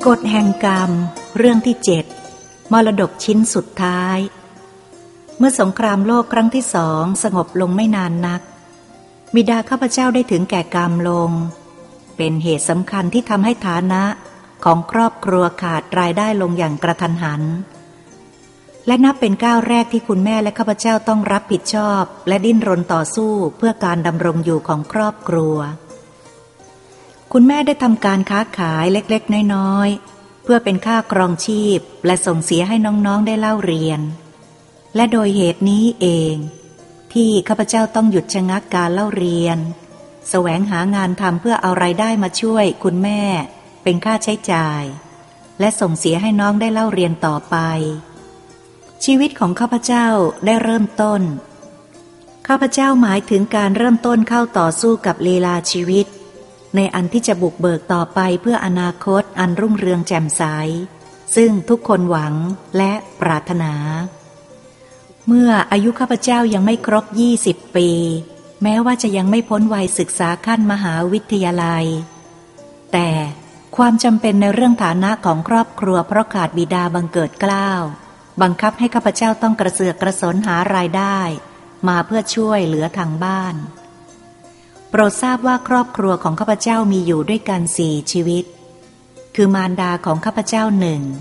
กฎแห่งกรรมเรื่องที่7มรดกชิ้นสุดท้ายเมื่อสงครามโลกครั้งที่2สงบลงไม่นานนักบิดาข้าพเจ้าได้ถึงแก่กรรมลงเป็นเหตุสำคัญที่ทำให้ฐานะของครอบครัวขาดรายได้ลงอย่างกระทันหันและนับเป็นก้าวแรกที่คุณแม่และข้าพเจ้าต้องรับผิดชอบและดิ้นรนต่อสู้เพื่อการดำรงอยู่ของครอบครัวคุณแม่ได้ทำการค้าขายเล็กๆน้อยๆเพื่อเป็นค่าครองชีพและส่งเสียให้น้องๆได้เล่าเรียนและโดยเหตุนี้เองที่ข้าพเจ้าต้องหยุดชะงักการเล่าเรียนแสวงหางานทำเพื่อเอารายได้มาช่วยคุณแม่เป็นค่าใช้จ่ายและส่งเสียให้น้องได้เล่าเรียนต่อไปชีวิตของข้าพเจ้าได้เริ่มต้นข้าพเจ้าหมายถึงการเริ่มต้นเข้าต่อสู้กับลีลาชีวิตในอันที่จะบุกเบิกต่อไปเพื่ออนาคตอันรุ่งเรืองแจ่มใสซึ่งทุกคนหวังและปรารถนาเมื่ออายุข้าพเจ้ายังไม่ครบ20 ปีแม้ว่าจะยังไม่พ้นวัยศึกษาขั้นมหาวิทยาลัยแต่ความจำเป็นในเรื่องฐานะของครอบครัวเพราะขาดบิดาบังเกิดเกล้าบังคับให้ข้าพเจ้าต้องกระเสือกกระสนหารายได้มาเพื่อช่วยเหลือทางบ้านโปรดทราบว่าครอบครัวของข้าพเจ้ามีอยู่ด้วยกัน4 ชีวิตคือมารดาของข้าพเจ้า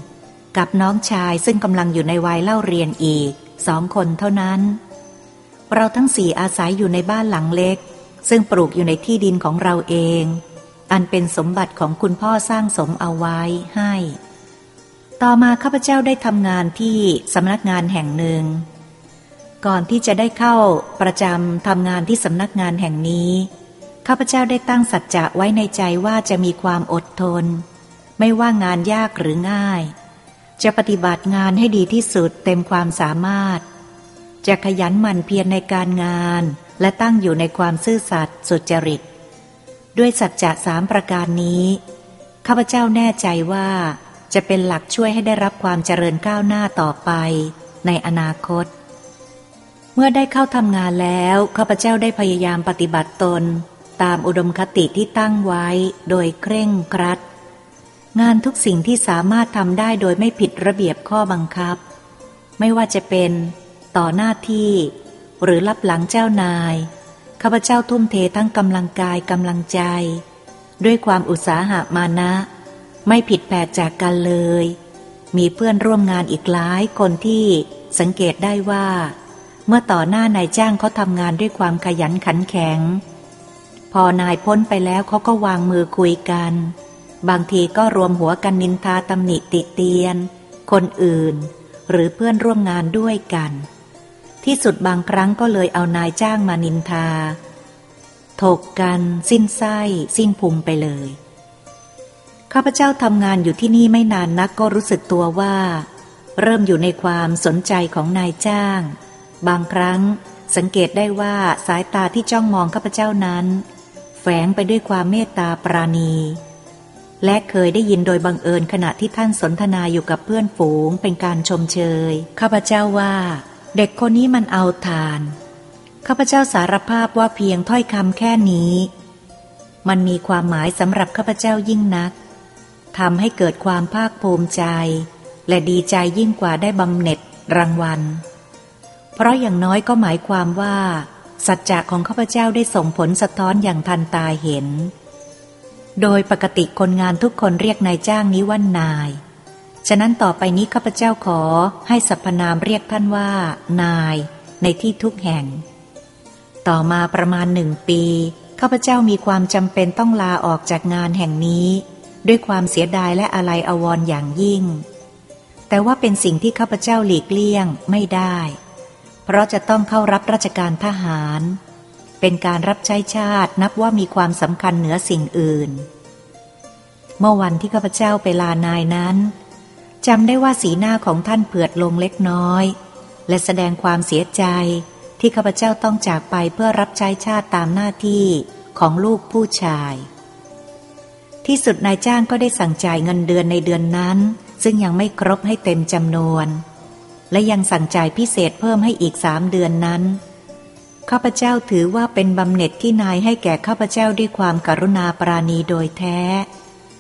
1กับน้องชายซึ่งกำลังอยู่ในวัยเล่าเรียนอีก2 คนเท่านั้นเราทั้ง4อาศัยอยู่ในบ้านหลังเล็กซึ่งปลูกอยู่ในที่ดินของเราเองอันเป็นสมบัติของคุณพ่อสร้างสมเอาไว้ให้ต่อมาข้าพเจ้าได้ทำงานที่สำนักงานแห่งหนึ่งก่อนที่จะได้เข้าประจำทำงานที่สำนักงานแห่งนี้ข้าพเจ้าได้ตั้งสัจจะไว้ในใจว่าจะมีความอดทนไม่ว่างานยากหรือง่ายจะปฏิบัติงานให้ดีที่สุดเต็มความสามารถจะขยันหมั่นเพียรในการงานและตั้งอยู่ในความซื่อสัตย์สุจริตด้วยสัจจะ3 ประการนี้ข้าพเจ้าแน่ใจว่าจะเป็นหลักช่วยให้ได้รับความเจริญก้าวหน้าต่อไปในอนาคตเมื่อได้เข้าทำงานแล้วข้าพเจ้าได้พยายามปฏิบัติตนตามอุดมคติที่ตั้งไว้โดยเคร่งครัดงานทุกสิ่งที่สามารถทำได้โดยไม่ผิดระเบียบข้อบังคับไม่ว่าจะเป็นต่อหน้าที่หรือรับหลังเจ้านายข้าพเจ้าทุ่มเททั้งกำลังกายกำลังใจด้วยความอุตสาหะมานะไม่ผิดแผกจากกันเลยมีเพื่อนร่วมงานอีกหลายคนที่สังเกตได้ว่าเมื่อต่อหน้านายจ้างเขาทำงานด้วยความขยันขันแข็งพอนายพ้นไปแล้วเขาก็วางมือคุยกันบางทีก็รวมหัวกันนินทาตำหนิติเตียนคนอื่นหรือเพื่อนร่วมงานด้วยกันที่สุดบางครั้งก็เลยเอานายจ้างมานินทาถกกันสิ้นไส้สิ้นพุงไปเลยข้าพเจ้าทำงานอยู่ที่นี่ไม่นานนักก็รู้สึกตัวว่าเริ่มอยู่ในความสนใจของนายจ้างบางครั้งสังเกตได้ว่าสายตาที่จ้องมองข้าพเจ้านั้นแฝงไปด้วยความเมตตาปราณีและเคยได้ยินโดยบังเอิญขณะที่ท่านสนทนาอยู่กับเพื่อนฝูงเป็นการชมเชยข้าพเจ้าว่าเด็กคนนี้มันเอาทานข้าพเจ้าสารภาพว่าเพียงถ้อยคำแค่นี้มันมีความหมายสำหรับข้าพเจ้ายิ่งนักทำให้เกิดความภาคภูมิใจและดีใจยิ่งกว่าได้บำเหน็จรางวัลเพราะอย่างน้อยก็หมายความว่าสัจจะของข้าพเจ้าได้ส่งผลสะท้อนอย่างทันตาเห็นโดยปกติคนงานทุกคนเรียกนายจ้างนี้ว่านายฉะนั้นต่อไปนี้ข้าพเจ้าขอให้สรรพนามเรียกท่านว่านายในที่ทุกแห่งต่อมาประมาณ1 ปีข้าพเจ้ามีความจำเป็นต้องลาออกจากงานแห่งนี้ด้วยความเสียดายและอาลัยอาวรณ์อย่างยิ่งแต่ว่าเป็นสิ่งที่ข้าพเจ้าหลีกเลี่ยงไม่ได้เพราะจะต้องเข้ารับราชการทหารเป็นการรับใช้ชาตินับว่ามีความสำคัญเหนือสิ่งอื่นเมื่อวันที่ข้าพเจ้าไปลานายนั้นจำได้ว่าสีหน้าของท่านเผือดลงเล็กน้อยและแสดงความเสียใจที่ข้าพเจ้าต้องจากไปเพื่อรับใช้ชาติตามหน้าที่ของลูกผู้ชายที่สุดนายจ้างก็ได้สั่งจ่ายเงินเดือนในเดือนนั้นซึ่งยังไม่ครบให้เต็มจำนวนและยังสั่งจ่ายพิเศษเพิ่มให้อีก3 เดือนนั้นข้าพเจ้าถือว่าเป็นบำเหน็จที่นายให้แก่ข้าพเจ้าด้วยความกรุณาปราณีโดยแท้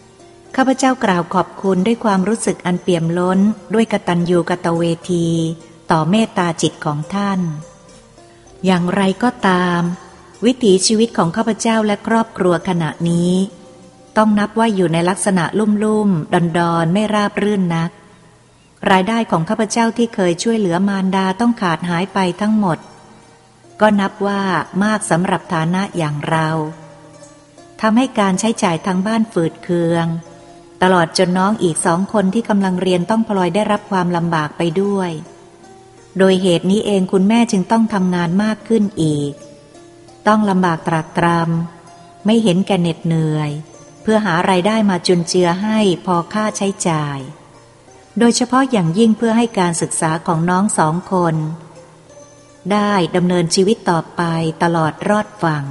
ข้าพเจ้ากล่าวขอบคุณด้วยความรู้สึกอันเปี่ยมล้นด้วยกตัญญูกตเวทีต่อเมตตาจิตของท่านอย่างไรก็ตามวิถีชีวิตของข้าพเจ้าและครอบครัวขณะนี้ต้องนับว่าอยู่ในลักษณะลุ่มๆดอนๆไม่ราบรื่นนักรายได้ของข้าพเจ้าที่เคยช่วยเหลือมารดาต้องขาดหายไปทั้งหมดก็นับว่ามากสำหรับฐานะอย่างเราทำให้การใช้จ่ายทางบ้านฝืดเคืองตลอดจนน้องอีก2 คนที่กำลังเรียนต้องพลอยได้รับความลำบากไปด้วยโดยเหตุนี้เองคุณแม่จึงต้องทำงานมากขึ้นอีกต้องลำบากตรากตรำไม่เห็นแก่เหน็ดเหนื่อยเพื่อหารายได้มาจุนเจือให้พอค่าใช้จ่ายโดยเฉพาะอย่างยิ่งเพื่อให้การศึกษาของน้อง2 คนได้ดำเนินชีวิตต่อไปตลอดรอดฝั่ง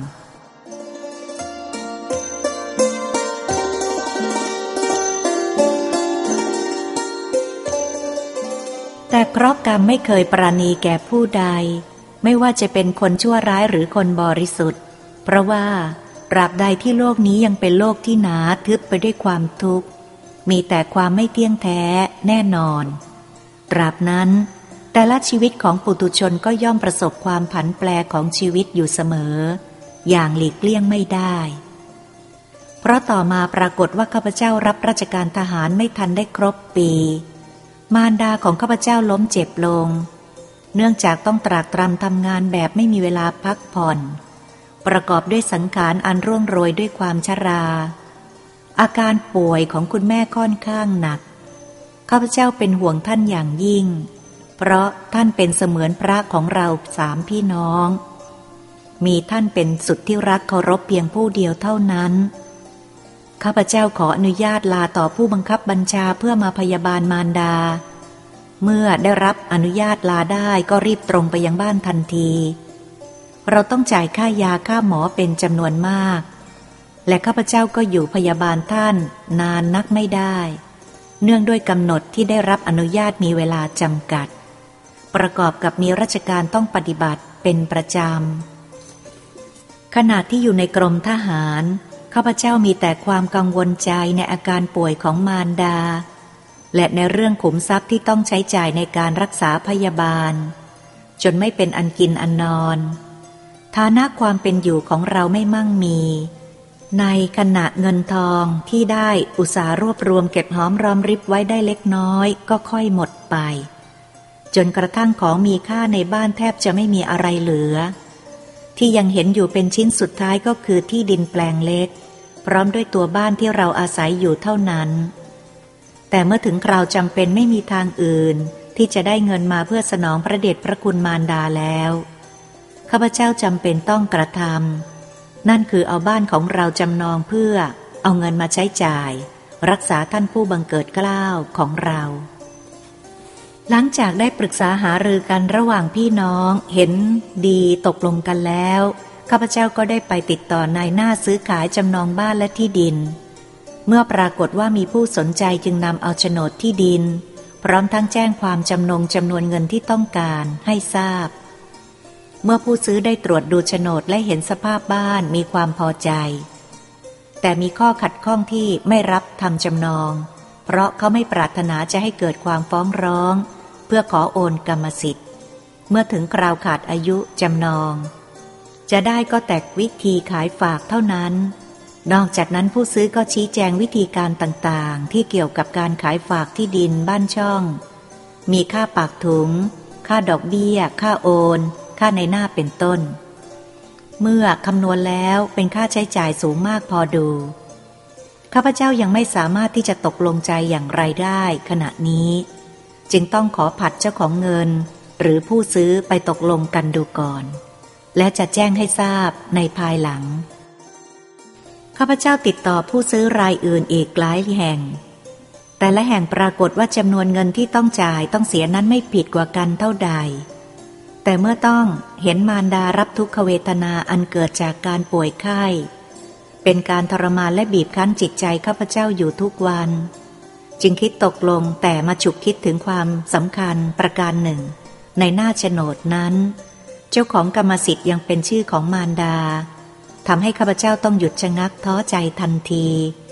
แต่เคราะห์กรรมไม่เคยปราณีแก่ผู้ใดไม่ว่าจะเป็นคนชั่วร้ายหรือคนบริสุทธิ์เพราะว่าตราบใดที่โลกนี้ยังเป็นโลกที่หนาทึบไปด้วยความทุกข์มีแต่ความไม่เที่ยงแท้แน่นอนตราบนั้นแต่ละชีวิตของปุถุชนก็ย่อมประสบความผันแปรของชีวิตอยู่เสมออย่างหลีกเลี่ยงไม่ได้เพราะต่อมาปรากฏว่าข้าพเจ้ารับราชการทหารไม่ทันได้ครบปีมารดาของข้าพเจ้าล้มเจ็บลงเนื่องจากต้องตรากตรำทำงานแบบไม่มีเวลาพักผ่อนประกอบด้วยสังขารอันร่วงโรยด้วยความชราอาการป่วยของคุณแม่ค่อนข้างหนักข้าพเจ้าเป็นห่วงท่านอย่างยิ่งเพราะท่านเป็นเสมือนพระของเรา3 พี่น้องมีท่านเป็นสุดที่รักเคารพเพียงผู้เดียวเท่านั้นข้าพเจ้าขออนุญาตลาต่อผู้บังคับบัญชาเพื่อมาพยาบาลมารดาเมื่อได้รับอนุญาตลาได้ก็รีบตรงไปยังบ้านทันทีเราต้องจ่ายค่ายาค่าหมอเป็นจำนวนมากและข้าพเจ้าก็อยู่พยาบาลท่านนานนักไม่ได้เนื่องด้วยกำหนดที่ได้รับอนุญาตมีเวลาจำกัดประกอบกับมีราชการต้องปฏิบัติเป็นประจำขณะที่อยู่ในกรมทหารข้าพเจ้ามีแต่ความกังวลใจในอาการป่วยของมารดาและในเรื่องขุมทรัพย์ที่ต้องใช้จ่ายในการรักษาพยาบาลจนไม่เป็นอันกินอันนอนฐานะความเป็นอยู่ของเราไม่มั่งมีในขณะเงินทองที่ได้อุตสาห์รวบรวมเก็บหอมรอมริบไว้ได้เล็กน้อยก็ค่อยหมดไปจนกระทั่งของมีค่าในบ้านแทบจะไม่มีอะไรเหลือที่ยังเห็นอยู่เป็นชิ้นสุดท้ายก็คือที่ดินแปลงเล็กพร้อมด้วยตัวบ้านที่เราอาศัยอยู่เท่านั้นแต่เมื่อถึงคราวจำเป็นไม่มีทางอื่นที่จะได้เงินมาเพื่อสนองพระเดชพระคุณมารดาแล้วข้าพเจ้าจำเป็นต้องกระทำนั่นคือเอาบ้านของเราจำนองเพื่อเอาเงินมาใช้จ่ายรักษาท่านผู้บังเกิดเกล้าของเราหลังจากได้ปรึกษาหารือกันระหว่างพี่น้องเห็นดีตกลงกันแล้วข้าพเจ้าก็ได้ไปติดต่อนายหน้าซื้อขายจำนองบ้านและที่ดินเมื่อปรากฏว่ามีผู้สนใจจึงนำเอาโฉนดที่ดินพร้อมทั้งแจ้งความจำนงจำนวนเงินที่ต้องการให้ทราบเมื่อผู้ซื้อได้ตรวจดูโฉนดและเห็นสภาพบ้านมีความพอใจแต่มีข้อขัดข้องที่ไม่รับทำจำนองเพราะเขาไม่ปรารถนาจะให้เกิดความฟ้องร้องเพื่อขอโอนกรรมสิทธิ์เมื่อถึงคราวขาดอายุจำนองจะได้ก็แต่วิธีขายฝากเท่านั้นนอกจากนั้นผู้ซื้อก็ชี้แจงวิธีการต่างๆที่เกี่ยวกับการขายฝากที่ดินบ้านช่องมีค่าปากถุงค่าดอกเบี้ยค่าโอนค่าในหน้าเป็นต้นเมื่อคำนวณแล้วเป็นค่าใช้จ่ายสูงมากพอดูข้าพเจ้ายังไม่สามารถที่จะตกลงใจอย่างไรได้ขณะนี้จึงต้องขอผัดเจ้าของเงินหรือผู้ซื้อไปตกลงกันดูก่อนและจะแจ้งให้ทราบในภายหลังข้าพเจ้าติดต่อผู้ซื้อรายอื่นอีกหลายแห่งแต่ละแห่งปรากฏว่าจำนวนเงินที่ต้องจ่ายต้องเสียนั้นไม่ผิดกว่ากันเท่าใดแต่เมื่อต้องเห็นมารดารับทุกขเวทนาอันเกิดจากการป่วยไข้เป็นการทรมานและบีบคั้นจิตใจข้าพเจ้าอยู่ทุกวันจึงคิดตกลงแต่มาฉุกคิดถึงความสำคัญประการหนึ่งในหน้าโฉนดนั้นเจ้าของกรรมสิทธิ์ยังเป็นชื่อของมารดาทำให้ข้าพเจ้าต้องหยุดชะงักท้อใจทันที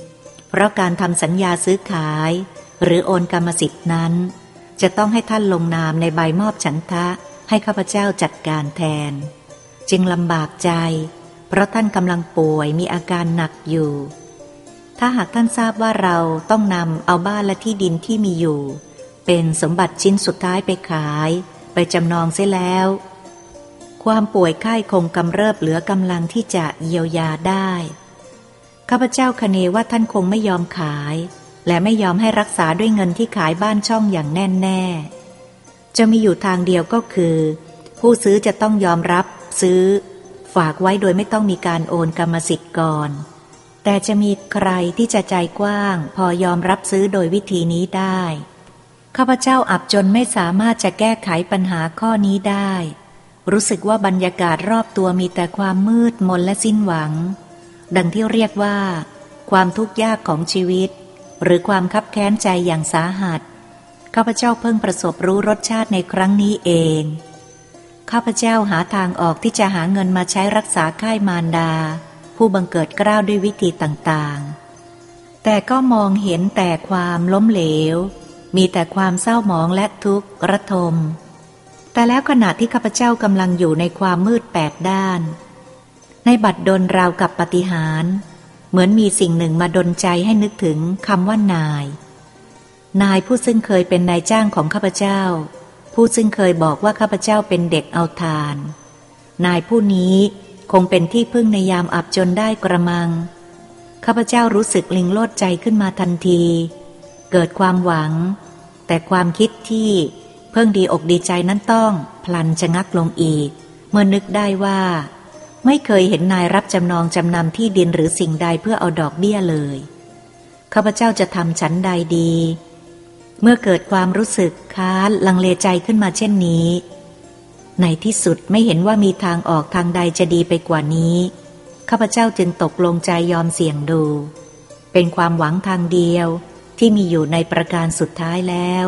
เพราะการทำสัญญาซื้อขายหรือโอนกรรมสิทธินั้นจะต้องให้ท่านลงนามในใบมอบฉันทะให้ข้าพเจ้าจัดการแทนจึงลำบากใจเพราะท่านกำลังป่วยมีอาการหนักอยู่ถ้าหากท่านทราบว่าเราต้องนำเอาบ้านและที่ดินที่มีอยู่เป็นสมบัติชิ้นสุดท้ายไปขายไปจำนองเสียแล้วความป่วยไข้คงกำเริบเหลือกำลังที่จะเยียวยาได้ข้าพเจ้าคะเนว่าท่านคงไม่ยอมขายและไม่ยอมให้รักษาด้วยเงินที่ขายบ้านช่องอย่างแน่แน่จะมีอยู่ทางเดียวก็คือผู้ซื้อจะต้องยอมรับซื้อฝากไว้โดยไม่ต้องมีการโอนกรรมสิทธิ์ก่อนแต่จะมีใครที่จะใจกว้างพอยอมรับซื้อโดยวิธีนี้ได้ข้าพเจ้าอับจนไม่สามารถจะแก้ไขปัญหาข้อนี้ได้รู้สึกว่าบรรยากาศรอบตัวมีแต่ความมืดมนและสิ้นหวังดังที่เรียกว่าความทุกข์ยากของชีวิตหรือความคับแค้นใจอย่างสาหัสข้าพเจ้าเพิ่งประสบรู้รสชาติในครั้งนี้เองข้าพเจ้าหาทางออกที่จะหาเงินมาใช้รักษาค่ายมารดาผู้บังเกิดเกล้าด้วยวิธีต่างๆแต่ก็มองเห็นแต่ความล้มเหลวมีแต่ความเศร้าหมองและทุกข์ระทมแต่แล้วขณะที่ข้าพเจ้ากำลังอยู่ในความมืดแปดด้านในบัดดลราวกับปาฏิหาริย์เหมือนมีสิ่งหนึ่งมาดลใจให้นึกถึงคำว่านายผู้ซึ่งเคยเป็นนายจ้างของข้าพเจ้าผู้ซึ่งเคยบอกว่าข้าพเจ้าเป็นเด็กเอาทานนายผู้นี้คงเป็นที่พึ่งในยามอับจนได้กระมังข้าพเจ้ารู้สึกลิงโลดใจขึ้นมาทันทีเกิดความหวังแต่ความคิดที่เพิ่งดีอกดีใจนั้นต้องพลันชะงักลงอีกเมื่อนึกได้ว่าไม่เคยเห็นนายรับจำนองจำนำที่ดินหรือสิ่งใดเพื่อเอาดอกเบี้ยเลยข้าพเจ้าจะทำฉันใดดีเมื่อเกิดความรู้สึกค้านลังเลใจขึ้นมาเช่นนี้ในที่สุดไม่เห็นว่ามีทางออกทางใดจะดีไปกว่านี้ข้าพเจ้าจึงตกลงใจยอมเสี่ยงดูเป็นความหวังทางเดียวที่มีอยู่ในประการสุดท้ายแล้ว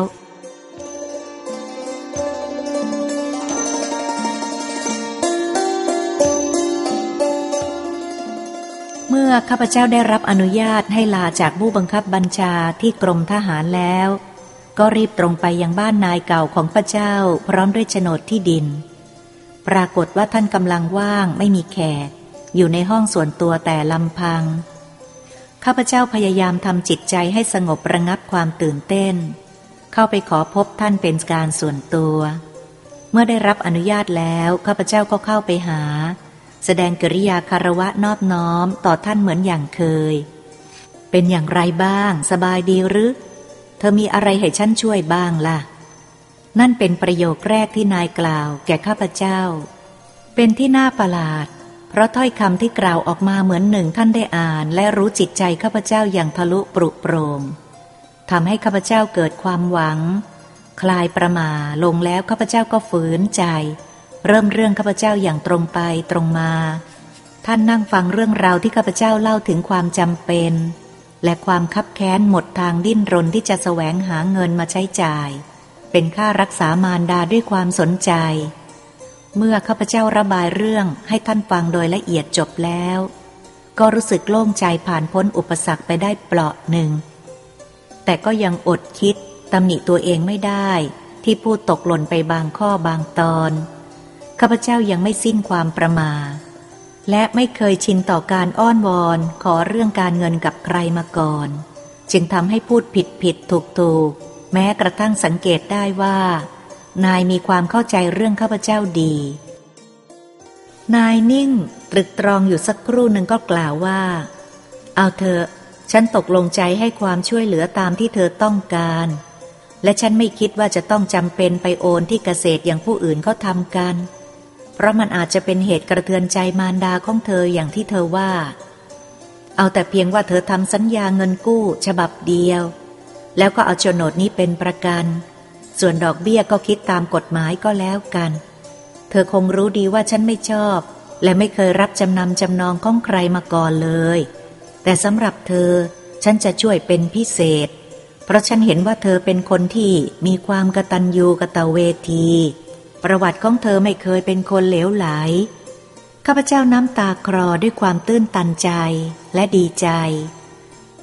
เมื่อข้าพเจ้าได้รับอนุญาตให้ลาจากผู้บังคับบัญชาที่กรมทหารแล้วก็รีบตรงไปยังบ้านนายเก่าของพระเจ้าพร้อมด้วยโฉนดที่ดินปรากฏว่าท่านกำลังว่างไม่มีแขกอยู่ในห้องส่วนตัวแต่ลำพังข้าพเจ้าพยายามทำจิตใจให้สงบระงับความตื่นเต้นเข้าไปขอพบท่านเป็นการส่วนตัวเมื่อได้รับอนุญาตแล้วข้าพเจ้าก็เข้าไปหาแสดงกิริยาคารวะนอบน้อมต่อท่านเหมือนอย่างเคยเป็นอย่างไรบ้างสบายดีหรือเธอมีอะไรให้ฉันช่วยบ้างล่ะนั่นเป็นประโยคแรกที่นายกล่าวแก่ข้าพเจ้าเป็นที่น่าประหลาดเพราะถ้อยคำที่กล่าวออกมาเหมือนหนึ่งท่านได้อ่านและรู้จิตใจข้าพเจ้าอย่างทะลุปรุโปร่งทำให้ข้าพเจ้าเกิดความหวังคลายประหม่าลงแล้วข้าพเจ้าก็ฝืนใจเริ่มเรื่องข้าพเจ้าอย่างตรงไปตรงมาท่านนั่งฟังเรื่องราวที่ข้าพเจ้าเล่าถึงความจำเป็นและความคับแค้นหมดทางดิ้นรนที่จะแสวงหาเงินมาใช้จ่ายเป็นค่ารักษามารดาด้วยความสนใจเมื่อข้าพเจ้าระบายเรื่องให้ท่านฟังโดยละเอียดจบแล้วก็รู้สึกโล่งใจผ่านพ้นอุปสรรคไปได้เปราะหนึ่งแต่ก็ยังอดคิดตำหนิตัวเองไม่ได้ที่พูดตกหล่นไปบางข้อบางตอนข้าพเจ้ายังไม่สิ้นความประมาทและไม่เคยชินต่อการอ้อนวอนขอเรื่องการเงินกับใครมาก่อนจึงทำให้พูดผิดถูกแม้กระทั่งสังเกตได้ว่านายมีความเข้าใจเรื่องข้าพเจ้าดีนายนิ่งตรึกตรองอยู่สักครู่หนึ่งก็กล่าวว่าเอาเถอะฉันตกลงใจให้ความช่วยเหลือตามที่เธอต้องการและฉันไม่คิดว่าจะต้องจำเป็นไปโอนที่เกษตรอย่างผู้อื่นเขาทำกันเพราะมันอาจจะเป็นเหตุกระเทือนใจมารดาของเธออย่างที่เธอว่าเอาแต่เพียงว่าเธอทำสัญญาเงินกู้ฉบับเดียวแล้วก็เอาโฉนดนี้เป็นประกันส่วนดอกเบี้ยก็คิดตามกฎหมายก็แล้วกันเธอคงรู้ดีว่าฉันไม่ชอบและไม่เคยรับจำนองของใครมาก่อนเลยแต่สำหรับเธอฉันจะช่วยเป็นพิเศษเพราะฉันเห็นว่าเธอเป็นคนที่มีความกตัญญูกตเวทีประวัติของเธอไม่เคยเป็นคนเหลวไหลข้าพเจ้าน้ำตาคลอด้วยความตื้นตันใจและดีใจ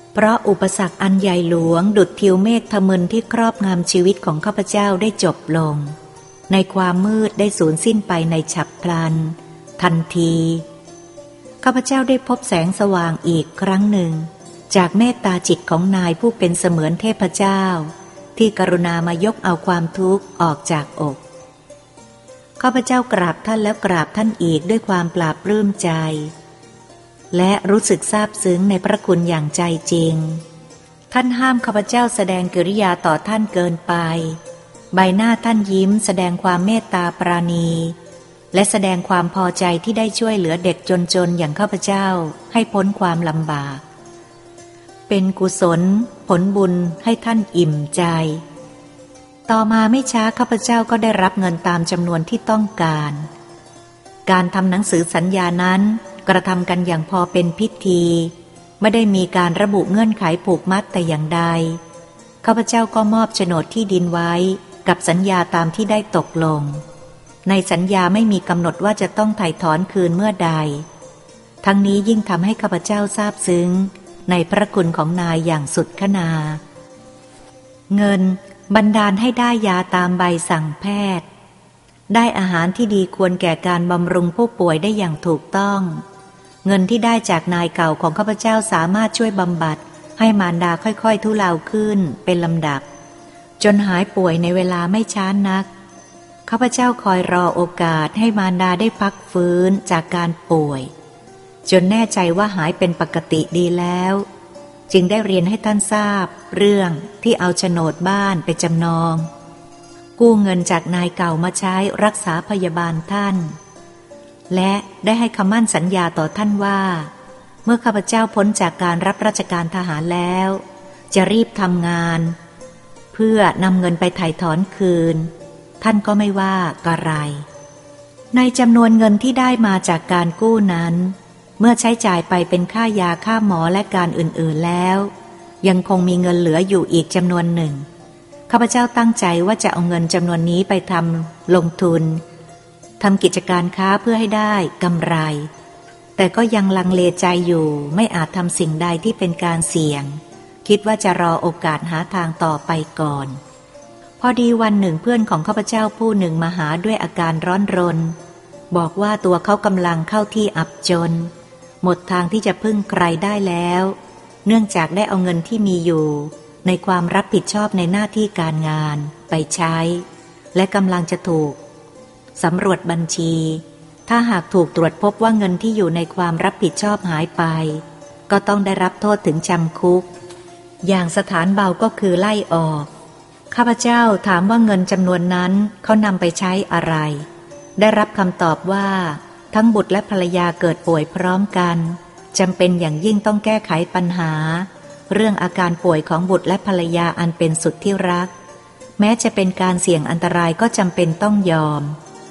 เพราะอุปสรรคอันใหญ่หลวงดุจทิวเมฆทะมึนที่ครอบงำชีวิตของข้าพเจ้าได้จบลงในความมืดได้สูญสิ้นไปในฉับพลันทันทีข้าพเจ้าได้พบแสงสว่างอีกครั้งหนึ่งจากเมตตาจิตของนายผู้เป็นเสมือนเทพเจ้าที่กรุณามายกเอาความทุกข์ออกจากอกข้าพเจ้ากราบท่านแล้วกราบท่านอีกด้วยความปลาบปลื้มใจและรู้สึกซาบซึ้งในพระคุณอย่างใจจริงท่านห้ามข้าพเจ้าแสดงกิริยาต่อท่านเกินไปใบหน้าท่านยิ้มแสดงความเมตตาปราณีและแสดงความพอใจที่ได้ช่วยเหลือเด็กจนๆอย่างข้าพเจ้าให้พ้นความลำบากเป็นกุศลผลบุญให้ท่านอิ่มใจต่อมาไม่ช้าข้าพเจ้าก็ได้รับเงินตามจำนวนที่ต้องการการทำหนังสือสัญญานั้นกระทำกันอย่างพอเป็นพิธีไม่ได้มีการระบุเงื่อนไขผูกมัดแต่อย่างใดข้าพเจ้าก็มอบโฉนดที่ดินไว้กับสัญญาตามที่ได้ตกลงในสัญญาไม่มีกำหนดว่าจะต้องไถ่ถอนคืนเมื่อใดทั้งนี้ยิ่งทำให้ข้าพเจ้าซาบซึ้งในพระคุณของนายอย่างสุดขนาเงินบันดาลให้ได้ยาตามใบสั่งแพทย์ได้อาหารที่ดีควรแก่การบำรุงผู้ป่วยได้อย่างถูกต้องเงินที่ได้จากนายเก่าของข้าพเจ้าสามารถช่วยบำบัดให้มารดาค่อยๆทุเลาขึ้นเป็นลำดับจนหายป่วยในเวลาไม่ช้านักข้าพเจ้าคอยรอโอกาสให้มารดาได้พักฟื้นจากการป่วยจนแน่ใจว่าหายเป็นปกติดีแล้วจึงได้เรียนให้ท่านทราบเรื่องที่เอาโฉนดบ้านไปจำนองกู้เงินจากนายเก่ามาใช้รักษาพยาบาลท่านและได้ให้คำมั่นสัญญาต่อท่านว่าเมื่อข้าพเจ้าพ้นจากการรับราชการทหารแล้วจะรีบทำงานเพื่อนำเงินไปไถ่ถอนคืนท่านก็ไม่ว่ากะไรในจำนวนเงินที่ได้มาจากการกู้นั้นเมื่อใช้จ่ายไปเป็นค่ายาค่าหมอและการอื่นๆแล้วยังคงมีเงินเหลืออยู่อีกจำนวนหนึ่งข้าพเจ้าตั้งใจว่าจะเอาเงินจำนวนนี้ไปทำลงทุนทำกิจการค้าเพื่อให้ได้กำไรแต่ก็ยังลังเลใจอยู่ไม่อาจทำสิ่งใดที่เป็นการเสี่ยงคิดว่าจะรอโอกาสหาทางต่อไปก่อนพอดีวันหนึ่งเพื่อนของข้าพเจ้าผู้หนึ่งมาหาด้วยอาการร้อนรนบอกว่าตัวเขากำลังเข้าที่อับจนหมดทางที่จะพึ่งใครได้แล้วเนื่องจากได้เอาเงินที่มีอยู่ในความรับผิดชอบในหน้าที่การงานไปใช้และกำลังจะถูกสำรวจบัญชีถ้าหากถูกตรวจพบว่าเงินที่อยู่ในความรับผิดชอบหายไปก็ต้องได้รับโทษถึงจำคุกอย่างสถานเบาก็คือไล่ออกข้าพเจ้าถามว่าเงินจำนวนนั้นเขานำไปใช้อะไรได้รับคำตอบว่าทั้งบุตรและภรรยาเกิดป่วยพร้อมกันจำเป็นอย่างยิ่งต้องแก้ไขปัญหาเรื่องอาการป่วยของบุตรและภรรยาอันเป็นสุดที่รักแม้จะเป็นการเสี่ยงอันตรายก็จำเป็นต้องยอม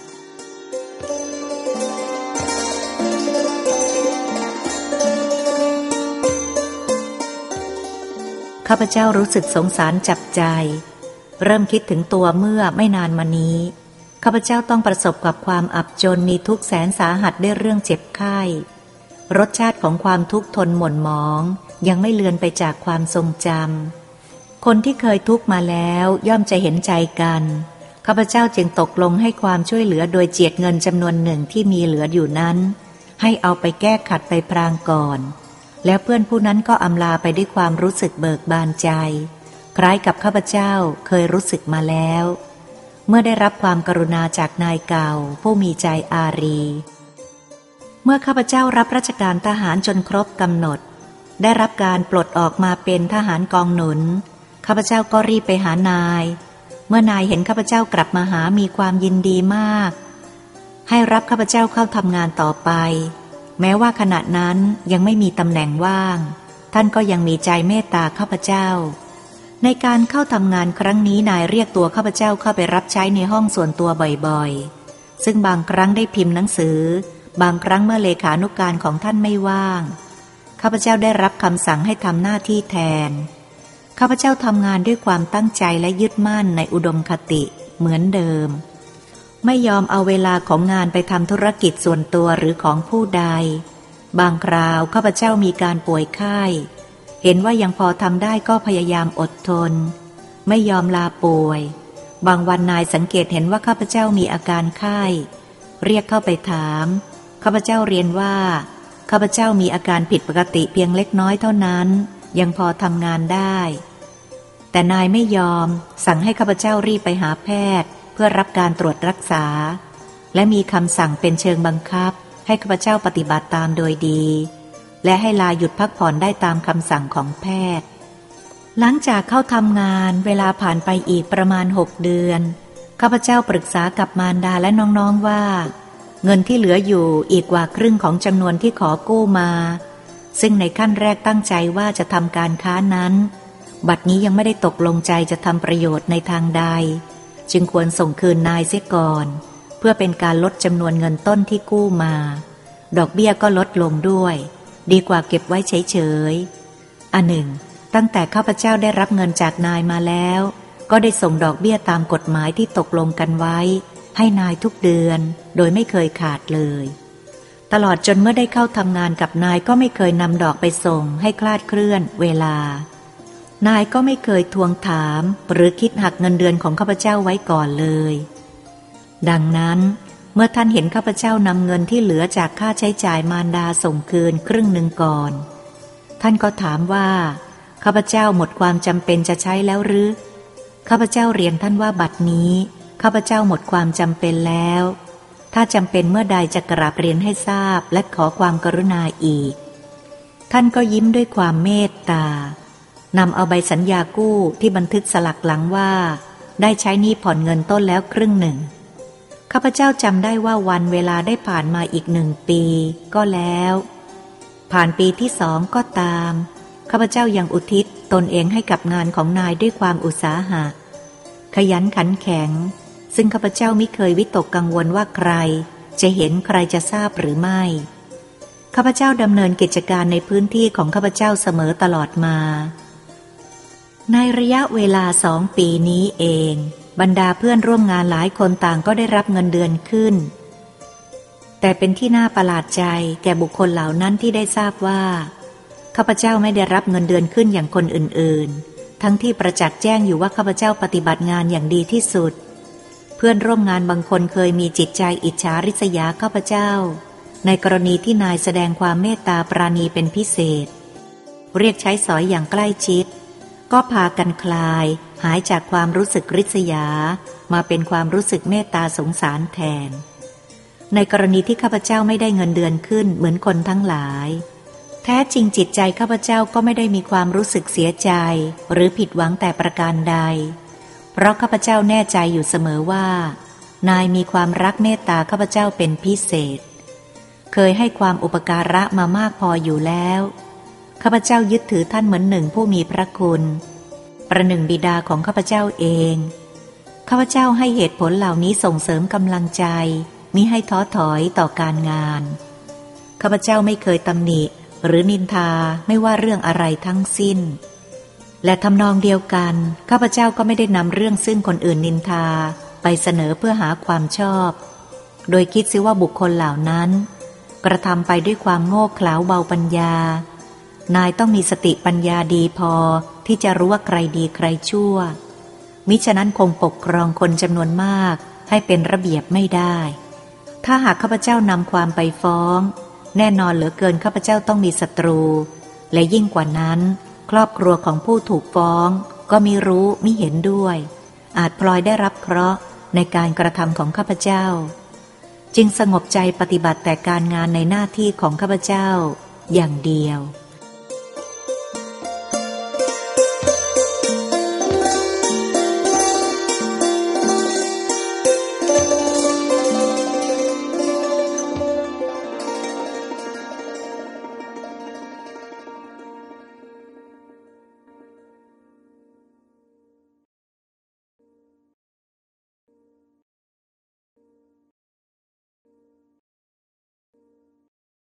ข้าพเจ้ารู้สึกสงสารจับใจเริ่มคิดถึงตัวเมื่อไม่นานมานี้ข้าพเจ้าต้องประสบกับความอับจนมีทุกข์แสนสาหัสด้วยเรื่องเจ็บไข้รสชาติของความทุกข์ทนหม่นหมองยังไม่เลือนไปจากความทรงจำคนที่เคยทุกข์มาแล้วย่อมจะเห็นใจกันข้าพเจ้าจึงตกลงให้ความช่วยเหลือโดยเจียดเงินจำนวนหนึ่งที่มีเหลืออยู่นั้นให้เอาไปแก้ขัดไปพรางก่อนแล้วเพื่อนผู้นั้นก็อำลาไปด้วยความรู้สึกเบิกบานใจคล้ายกับข้าพเจ้าเคยรู้สึกมาแล้วเมื่อได้รับความกรุณาจากนายเก่าผู้มีใจอารีเมื่อข้าพเจ้ารับราชการทหารจนครบกำหนดได้รับการปลดออกมาเป็นทหารกองหนุนข้าพเจ้าก็รีบไปหานายเมื่อนายเห็นข้าพเจ้ากลับมาหามีความยินดีมากให้รับข้าพเจ้าเข้าทำงานต่อไปแม้ว่าขณะนั้นยังไม่มีตำแหน่งว่างท่านก็ยังมีใจเมตตาข้าพเจ้าในการเข้าทำงานครั้งนี้นายเรียกตัวข้าพเจ้าเข้าไปรับใช้ในห้องส่วนตัวบ่อยๆซึ่งบางครั้งได้พิมพ์หนังสือบางครั้งเมื่อเลขานุการของท่านไม่ว่างข้าพเจ้าได้รับคำสั่งให้ทำหน้าที่แทนข้าพเจ้าทำงานด้วยความตั้งใจและยึดมั่นในอุดมคติเหมือนเดิมไม่ยอมเอาเวลาของงานไปทำธุรกิจส่วนตัวหรือของผู้ใดบางคราวข้าพเจ้ามีการป่วยไข้เห็นว่ายังพอทำได้ก็พยายามอดทนไม่ยอมลาป่วยบางวันนายสังเกตเห็นว่าข้าพเจ้ามีอาการไข้เรียกเข้าไปถามข้าพเจ้าเรียนว่าข้าพเจ้ามีอาการผิดปกติเพียงเล็กน้อยเท่านั้นยังพอทำงานได้แต่นายไม่ยอมสั่งให้ข้าพเจ้ารีบไปหาแพทย์เพื่อรับการตรวจรักษาและมีคำสั่งเป็นเชิงบังคับให้ข้าพเจ้าปฏิบัติตามโดยดีและให้ลาหยุดพักผ่อนได้ตามคำสั่งของแพทย์หลังจากเข้าทำงานเวลาผ่านไปอีกประมาณ6 เดือนข้าพเจ้าปรึกษากับมารดาและน้องๆว่าเงินที่เหลืออยู่อีกกว่าครึ่งของจำนวนที่ขอกู้มาซึ่งในขั้นแรกตั้งใจว่าจะทำการค้านั้นบัดนี้ยังไม่ได้ตกลงใจจะทำประโยชน์ในทางใดจึงควรส่งคืนนายเสียก่อนเพื่อเป็นการลดจำนวนเงินต้นที่กู้มาดอกเบี้ยก็ลดลงด้วยดีกว่าเก็บไว้เฉยๆอันหนึ่งตั้งแต่ข้าพเจ้าได้รับเงินจากนายมาแล้วก็ได้ส่งดอกเบี้ยตามกฎหมายที่ตกลงกันไว้ให้นายทุกเดือนโดยไม่เคยขาดเลยตลอดจนเมื่อได้เข้าทำงานกับนายก็ไม่เคยนำดอกไปส่งให้คลาดเคลื่อนเวลานายก็ไม่เคยทวงถามหรือคิดหักเงินเดือนของข้าพเจ้าไว้ก่อนเลยดังนั้นเมื่อท่านเห็นข้าพเจ้านำเงินที่เหลือจากค่าใช้จ่ายมารดาส่งคืนครึ่งหนึ่งก่อนท่านก็ถามว่าข้าพเจ้าหมดความจำเป็นจะใช้แล้วหรือข้าพเจ้าเรียนท่านว่าบัดนี้ข้าพเจ้าหมดความจำเป็นแล้วถ้าจำเป็นเมื่อใดจะกราบเรียนให้ทราบและขอความกรุณาอีกท่านก็ยิ้มด้วยความเมตตานำเอาใบสัญญากู้ที่บันทึกสลักหลังว่าได้ใช้หนี้ผ่อนเงินต้นแล้วครึ่งหนึ่งข้าพเจ้าจำได้ว่าวันเวลาได้ผ่านมาอีก1 ปีก็แล้วผ่านปีที่2ก็ตามข้าพเจ้ายังอุทิศตนเองให้กับงานของนายด้วยความอุตสาหะขยันขันแข็งซึ่งข้าพเจ้าไม่เคยวิตกกังวลว่าใครจะเห็นใครจะทราบหรือไม่ข้าพเจ้าดำเนินกิจการในพื้นที่ของข้าพเจ้าเสมอตลอดมาในระยะเวลา2 ปีนี้เองบรรดาเพื่อนร่วมงานหลายคนต่างก็ได้รับเงินเดือนขึ้นแต่เป็นที่น่าประหลาดใจแก่บุคคลเหล่านั้นที่ได้ทราบว่าข้าพเจ้าไม่ได้รับเงินเดือนขึ้นอย่างคนอื่นๆทั้งที่ประจักษ์แจ้งอยู่ว่าข้าพเจ้าปฏิบัติงานอย่างดีที่สุดเพื่อนร่วมงานบางคนเคยมีจิตใจอิจฉาริษยาข้าพเจ้าในกรณีที่นายแสดงความเมตตาปราณีเป็นพิเศษเรียกใช้สอยอย่างใกล้ชิดก็พากันคลายหายจากความรู้สึกริษยามาเป็นความรู้สึกเมตตาสงสารแทนในกรณีที่ข้าพเจ้าไม่ได้เงินเดือนขึ้นเหมือนคนทั้งหลายแท้จริงจิตใจข้าพเจ้าก็ไม่ได้มีความรู้สึกเสียใจหรือผิดหวังแต่ประการใดเพราะข้าพเจ้าแน่ใจอยู่เสมอว่านายมีความรักเมตตาข้าพเจ้าเป็นพิเศษเคยให้ความอุปการะมามากพออยู่แล้วข้าพเจ้ายึดถือท่านเหมือนหนึ่งผู้มีพระคุณประหนึ่งบิดาของข้าพเจ้าเองข้าพเจ้าให้เหตุผลเหล่านี้ส่งเสริมกำลังใจมิให้ท้อถอยต่อการงานข้าพเจ้าไม่เคยตำหนิหรือนินทาไม่ว่าเรื่องอะไรทั้งสิ้นและทำนองเดียวกันข้าพเจ้าก็ไม่ได้นำเรื่องซึ่งคนอื่นนินทาไปเสนอเพื่อหาความชอบโดยคิดซิว่าบุคคลเหล่านั้นกระทำไปด้วยความโง่เขลาเบาปัญญานายต้องมีสติปัญญาดีพอที่จะรู้ว่าใครดีใครชั่วมิฉะนั้นคงปกครองคนจำนวนมากให้เป็นระเบียบไม่ได้ถ้าหากข้าพเจ้านำความไปฟ้องแน่นอนเหลือเกินข้าพเจ้าต้องมีศัตรูและยิ่งกว่านั้นครอบครัวของผู้ถูกฟ้องก็มิรู้มิเห็นด้วยอาจพลอยได้รับเคราะห์ในการกระทำของข้าพเจ้าจึงสงบใจปฏิบัติแต่การงานในหน้าที่ของข้าพเจ้าอย่างเดียว